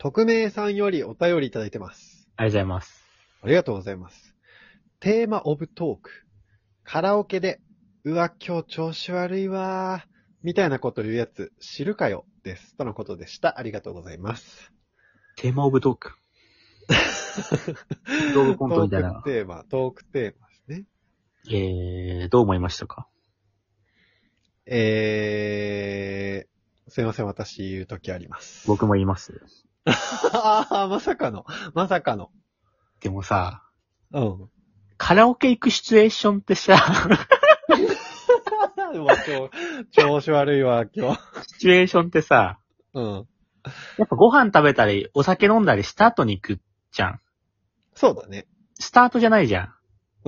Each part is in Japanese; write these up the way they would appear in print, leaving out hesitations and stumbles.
匿名さんよりお便りいただいてます。 ありがとうございます。 ありがとうございます。テーマオブトーク。カラオケで、うわ、今日調子悪いわー、みたいなこと言うやつ、知るかよ、です。とのことでした。ありがとうございます。 テーマオブトーク。動物コントみたいな。 トークテーマですね。 どう思いましたか？ すいません、私言うときあります。 僕も言います。 ああ、まさかの。 でもさ、 うん。 カラオケ行くシチュエーションってさ、 もう調子悪いわ、今日。 シチュエーションってさ、 うん。 やっぱご飯食べたり、お酒飲んだりした後に行くじゃん。 そうだね。 スタートじゃないじゃん。 うん。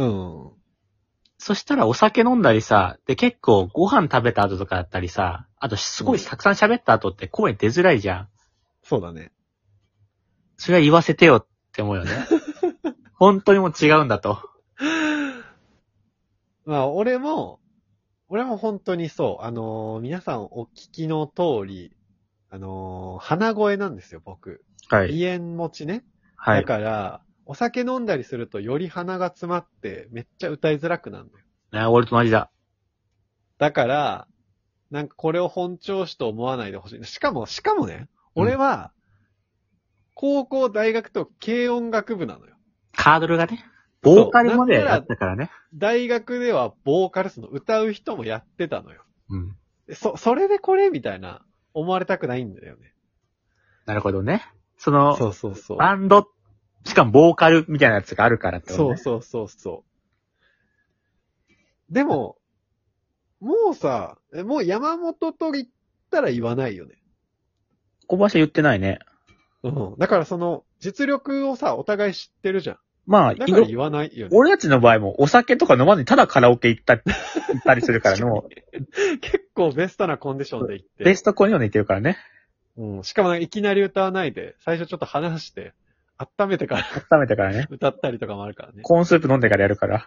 そしたらお酒飲んだりさ、で結構ご飯食べた後とかだったりさ、あとすごいたくさん喋った後って声出づらいじゃん。 そうだね。 それは言わせてよって思うよね。本当にもう違うんだと。 まあ、俺も本当にそう。皆さんお聞きの通り、鼻声なんですよ、僕。 はい。 鼻炎持ちね。だはい。 から、お酒飲んだりするとより鼻が詰まってめっちゃ歌いづらくなるのよ。 ね、俺と同じだ。 だから、なんかこれを本調子と思わないでほしい。しかもね、 うん俺は、高校、大学と軽音楽部なのよ。 カードルがね、ボーカルまでやなんならったからね。 大学ではボーカルスの歌う人もやってたのよ。 うん。 それでこれみたいな思われたくないんだよね。 なるほどね。その、 そうそうそう。 バンド、しかもボーカルみたいなやつがあるからってことね。 そう。でも、もうさ、もう山本と言ったら言わないよね。 小林は言ってないね。 うん。だからその、実力をさ、お互い知ってるじゃん。 まあ、 だから言わないよね。 俺たちの場合もお酒とか飲まずにただカラオケ行ったりするからの、 結構ベストなコンディションで行って。 ベストコンディションで行ってるからね。 うん。しかもいきなり歌わないで、最初ちょっと話して、温めてから温めてからね。 歌ったりとかもあるからね。 コーンスープ飲んでからやるから。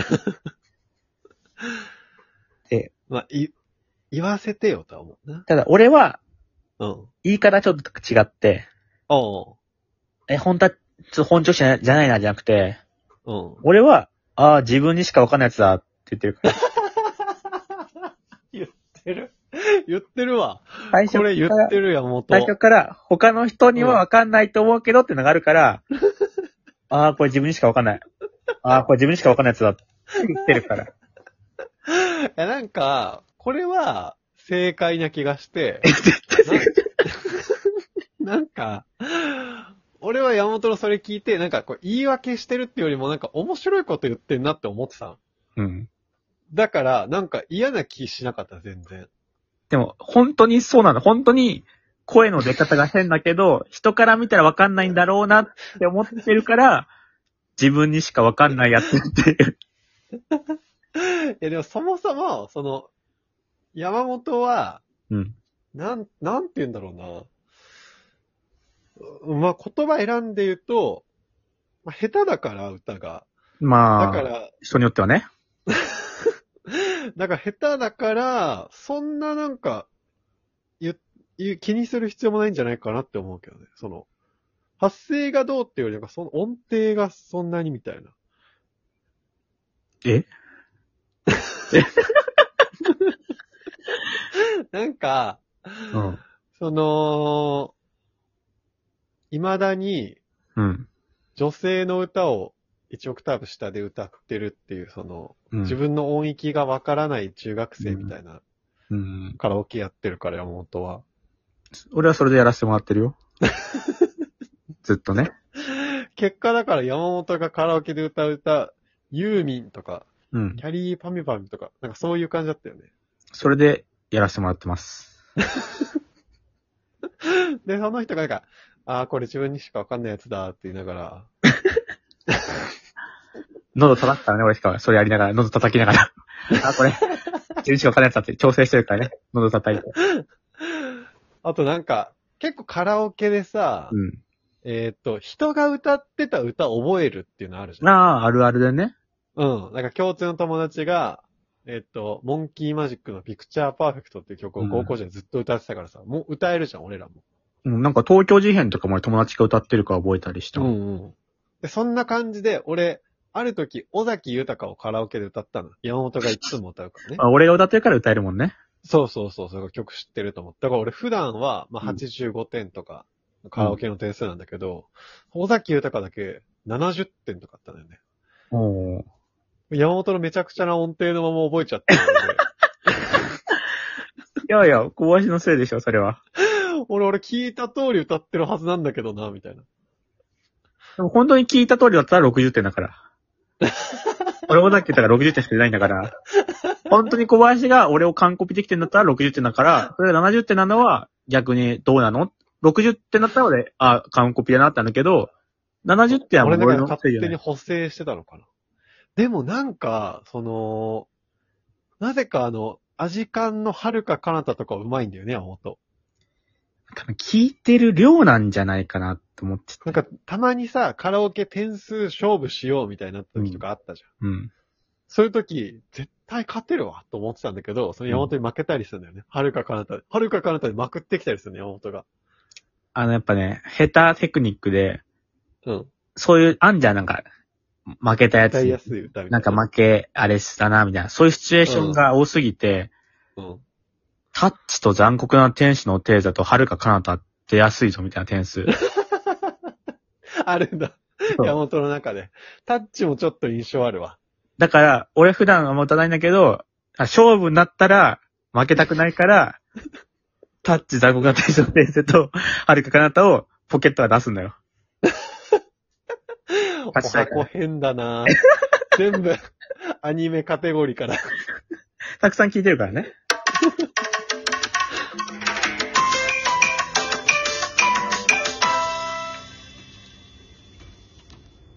で、 まあ、言わせてよとは思うな。 ただ俺は、 うん。 言い方ちょっと違って、 おう。 本当は、ちょっと本調子じゃないな、じゃなくて、 うん。 俺は、ああ、自分にしかわかんないやつだって言ってるから。 言ってるわ。 最初これ言ってるや、元。 最初から他の人にはわかんないと思うけどってのがあるから、ああ、これ自分にしかわかんない。ああ、これ自分にしかわかんないやつだって言ってるから。 いや、なんか、これは正解な気がして、なんか、俺は山本のそれ聞いて、なんかこう言い訳してるってよりもなんか面白いこと言ってんなって思ってた。 うん。 だから、なんか嫌な気しなかった、全然。 でも、本当にそうなの。本当に、声の出方が変だけど、人から見たらわかんないんだろうなって思ってるから、自分にしかわかんないやつっていう。 でもそもそも、その、山本は、 うん。 なんて言うんだろうな。まあ、言葉選んで言うと、まあ、下手だから、歌が。 まあ、 だから、 人によってはね。 下手だから、そんななんか、気にする必要もないんじゃないかなって思うけどね。その、発声がどうっていうよりなんか、その音程がそんなにみたいな。 えなんか、 うん。 その、未だにうん。 女性の歌を1オクターブ下で歌ってるっていう、その、 うん。 自分の音域がわからない中学生みたいなうん。 カラオケやってるから、山本は。 俺はそれでやらせてもらってるよ。ずっとね。 結果だから山本がカラオケで歌う歌、ユーミンとか、 うん。 キャリーパミュパミュとか、なんかそういう感じだったよね。 それでやらせてもらってます。 で、その人がなんか、これ自分にしかわかんないやつだって言いながら、 喉叩くからね、俺しか、それやりながら、喉叩きながら。これ、自分しかわかんないやつだって調整してるからね。喉叩いて。 あとなんか、結構カラオケでさ、 うん。 人が歌ってた歌覚えるっていうのあるじゃん。 ああ、あるあるでね。 うん。なんか共通の友達が、モンキーマジックのピクチャーパーフェクトっていう曲を高校時代ずっと歌ってたからさ、もう歌えるじゃん、俺らも。 なんか東京事変とかも友達が歌ってるか覚えたりした。 うんうん。で、そんな感じで、俺、ある時、尾崎豊をカラオケで歌ったの。山本がいつも歌うからね。 俺が歌ってるから歌えるもんね。 そうそうそう、それ曲知ってると思って。だから俺普段は、まあ、85点とか、カラオケの点数なんだけど、尾崎豊だけ70点とかあったのよね。 おー。 山本のめちゃくちゃな音程のまま覚えちゃったので。 いやいや、小林のせいでしょ、それは。 俺聞いた通り歌ってるはずなんだけどな、みたいな。 でも本当に聞いた通りだったら60点だから。俺もだって言ったら60点しか出ないんだから。本当に小林が俺を完コピできてんだったら60点だから、それが70点なのは逆にどうなの ?60 点だったら俺、完コピだなったんだけど、70点はもう俺俺のだから勝手に補正してたのかな。でもなんか、なぜかアジカンの遥か彼方とかうまいんだよね、山本。 多分聞いてる量なんじゃないかなと思ってて。 なんか、たまにさ、カラオケ点数勝負しようみたいになった時とかあったじゃん。 うん。 そういう時、絶対勝てるわと思ってたんだけど、その山本に負けたりするんだよね。遥か彼方で。遥か彼方でまくってきたりするの、山本が。 やっぱね、下手テクニックで、 うん。 そういう、あんじゃん、なんか、負けたやつに。 歌いやすい歌みたいな。 なんか負け、あれしたな、みたいな。そういうシチュエーションが多すぎて、 うん。 タッチと残酷な天使のテーザと遥か彼方出やすいぞ、みたいな点数。 あるんだ。 そう山本の中で。タッチもちょっと印象あるわ。 だから、俺普段はもう歌わないんだけど、勝負になったら、負けたくないから、タッチ残酷な天使のテーザと遥か彼方をポケットが出すんだよ。 お箱変だな全部、アニメカテゴリーから。 たくさん聞いてるからね。